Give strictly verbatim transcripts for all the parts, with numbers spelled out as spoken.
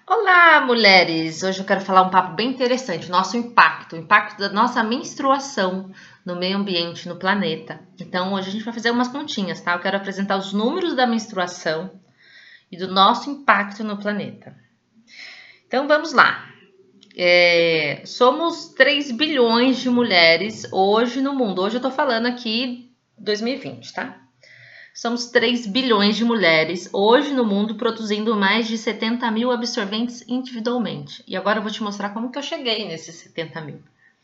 Olá, mulheres! Hoje eu quero falar um papo bem interessante, nosso impacto, o impacto da nossa menstruação no meio ambiente, no planeta. Então, hoje a gente vai fazer umas continhas, tá? Eu quero apresentar os números da menstruação e do nosso impacto no planeta. Então, vamos lá. É, somos três bilhões de mulheres hoje no mundo. Hoje eu tô falando aqui dois mil e vinte, tá? Somos três bilhões de mulheres hoje no mundo produzindo mais de setenta mil absorventes individualmente. E agora eu vou te mostrar como que eu cheguei nesses setenta mil.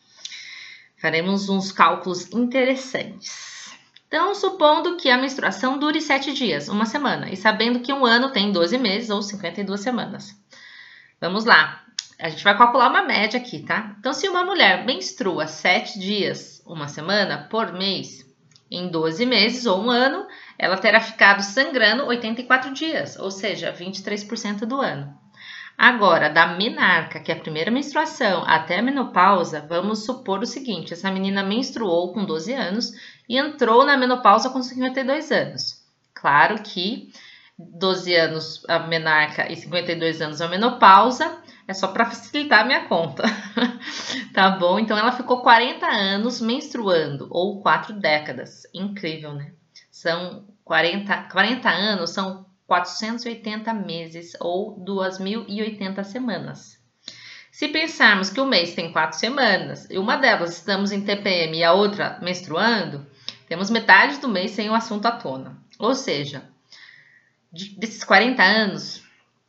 Faremos uns cálculos interessantes. Então, supondo que a menstruação dure sete dias, uma semana, e sabendo que um ano tem doze meses ou cinquenta e duas semanas. Vamos lá, a gente vai calcular uma média aqui, tá? Então, se uma mulher menstrua sete dias, uma semana, por mês, em doze meses ou um ano, ela terá ficado sangrando oitenta e quatro dias, ou seja, vinte e três por cento do ano. Agora, da menarca, que é a primeira menstruação, até a menopausa, vamos supor o seguinte: essa menina menstruou com doze anos e entrou na menopausa com cinquenta e dois anos. Claro que doze anos a menarca e cinquenta e dois anos a menopausa, é só para facilitar a minha conta. Tá bom? Então ela ficou quarenta anos menstruando, ou quatro décadas. Incrível, né? São quarenta, quarenta anos, são quatrocentos e oitenta meses, ou duas mil e oitenta semanas. Se pensarmos que o mês tem quatro semanas, e uma delas estamos em T P M e a outra menstruando, temos metade do mês sem o assunto à tona. Ou seja, desses quarenta anos,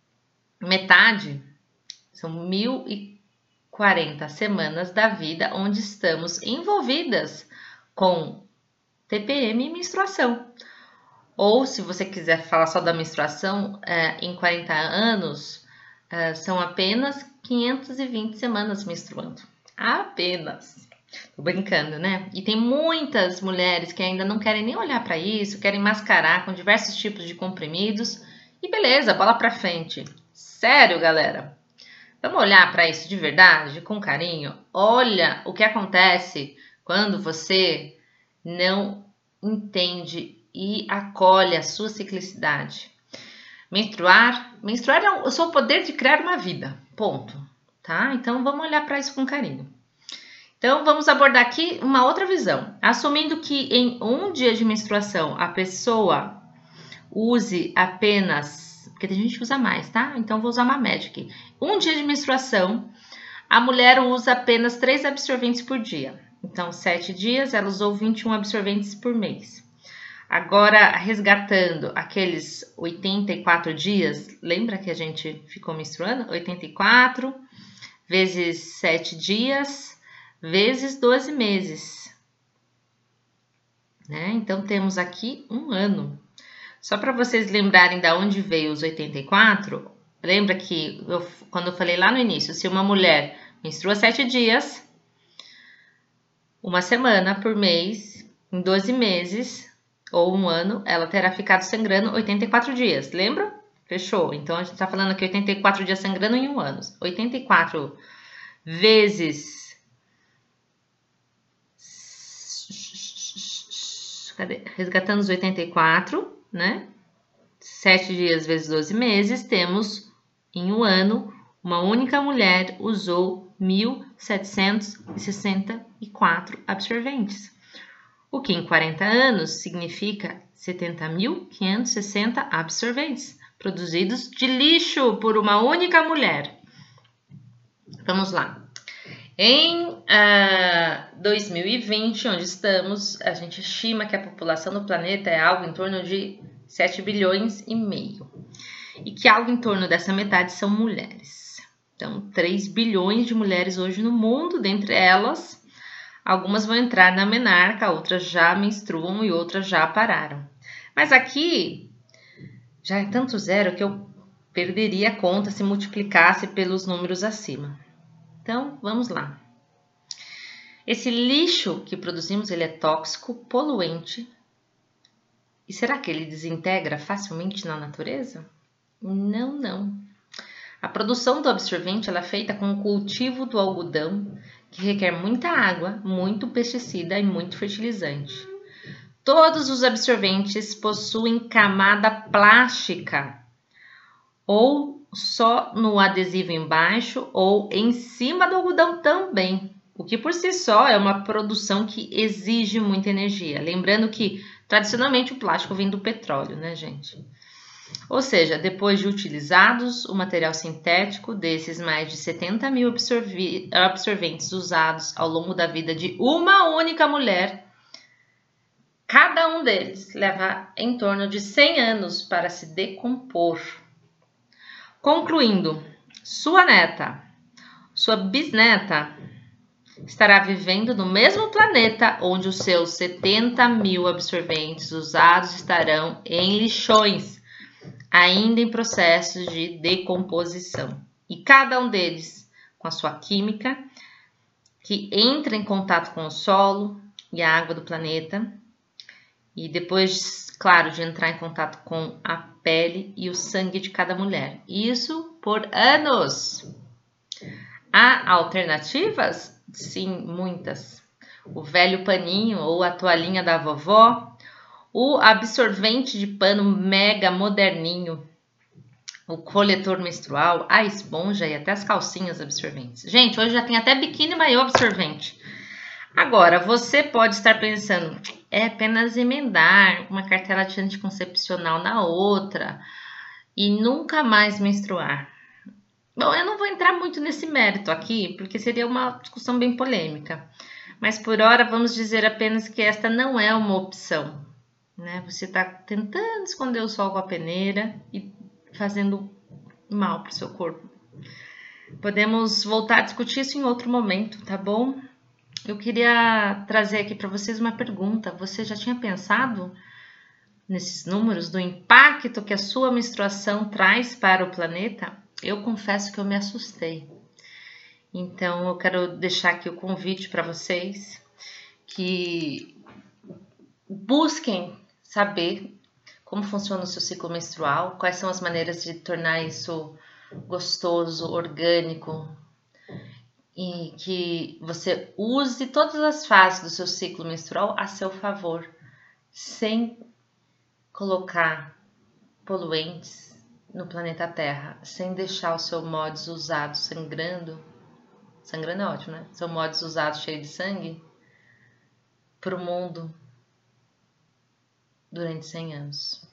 metade são mil e quarenta semanas da vida onde estamos envolvidas com T P M e menstruação. Ou, se você quiser falar só da menstruação, é, em quarenta anos, é, são apenas quinhentas e vinte semanas menstruando. Apenas. Tô brincando, né? E tem muitas mulheres que ainda não querem nem olhar para isso, querem mascarar com diversos tipos de comprimidos. E beleza, bola pra frente. Sério, galera? Vamos olhar para isso de verdade, com carinho? Olha o que acontece quando você não entende e acolhe a sua ciclicidade. Menstruar, menstruar é o seu poder de criar uma vida, ponto, tá? Então vamos olhar para isso com carinho. Então vamos abordar aqui uma outra visão. Assumindo que em um dia de menstruação a pessoa use apenas, porque tem gente que usa mais, tá? Então vou usar uma média aqui. Um dia de menstruação, a mulher usa apenas três absorventes por dia. Então, sete dias, ela usou vinte e um absorventes por mês. Agora, resgatando aqueles oitenta e quatro dias, lembra que a gente ficou menstruando? oitenta e quatro vezes sete dias, vezes doze meses. Né? Então, temos aqui um ano. Só para vocês lembrarem de onde veio os oitenta e quatro, lembra que eu, quando eu falei lá no início, se uma mulher menstrua sete dias, uma semana por mês, em doze meses ou um ano, ela terá ficado sangrando oitenta e quatro dias, lembra? Fechou? Então a gente está falando aqui oitenta e quatro dias sangrando em um ano. oitenta e quatro vezes. Cadê? Resgatando os oitenta e quatro, né? sete dias vezes doze meses, temos em um ano, uma única mulher usou mil setecentos e sessenta e quatro absorventes, o que em quarenta anos significa setenta mil quinhentos e sessenta absorventes produzidos de lixo por uma única mulher. Vamos lá. Em uh, dois mil e vinte, onde estamos, a gente estima que a população do planeta é algo em torno de sete bilhões e meio. E que algo em torno dessa metade são mulheres. Então, três bilhões de mulheres hoje no mundo, dentre elas, algumas vão entrar na menarca, outras já menstruam e outras já pararam. Mas aqui, já é tanto zero que eu perderia a conta se multiplicasse pelos números acima. Então, vamos lá. Esse lixo que produzimos, ele é tóxico, poluente. E será que ele desintegra facilmente na natureza? Não, não. A produção do absorvente ela é feita com o cultivo do algodão, que requer muita água, muito pesticida e muito fertilizante. Todos os absorventes possuem camada plástica ou só no adesivo embaixo ou em cima do algodão também, o que por si só é uma produção que exige muita energia. Lembrando que tradicionalmente o plástico vem do petróleo, né, gente? Ou seja, depois de utilizados, o material sintético desses mais de setenta mil absorvi- absorventes usados ao longo da vida de uma única mulher, cada um deles leva em torno de cem anos para se decompor. Concluindo, sua neta, sua bisneta, estará vivendo no mesmo planeta onde os seus setenta mil absorventes usados estarão em lixões, ainda em processos de decomposição. E cada um deles com a sua química, que entra em contato com o solo e a água do planeta, e depois, claro, de entrar em contato com a pele e o sangue de cada mulher. Isso por anos. Há alternativas? Sim, muitas. O velho paninho ou a toalhinha da vovó, o absorvente de pano mega moderninho, o coletor menstrual, a esponja e até as calcinhas absorventes. Gente, hoje já tem até biquíni maiô absorvente. Agora, você pode estar pensando, é apenas emendar uma cartela de anticoncepcional na outra e nunca mais menstruar. Bom, eu não vou entrar muito nesse mérito aqui, porque seria uma discussão bem polêmica. Mas por hora vamos dizer apenas que esta não é uma opção, né? Você está tentando esconder o sol com a peneira e fazendo mal para o seu corpo. Podemos voltar a discutir isso em outro momento, tá bom? Eu queria trazer aqui para vocês uma pergunta. Você já tinha pensado nesses números do impacto que a sua menstruação traz para o planeta? Eu confesso que eu me assustei. Então, eu quero deixar aqui o convite para vocês que busquem saber como funciona o seu ciclo menstrual, quais são as maneiras de tornar isso gostoso, orgânico, e que você use todas as fases do seu ciclo menstrual a seu favor, sem colocar poluentes no planeta Terra, sem deixar o seu mods usado sangrando, sangrando é ótimo, né? Seu mods usado cheio de sangue para o mundo durante cem anos.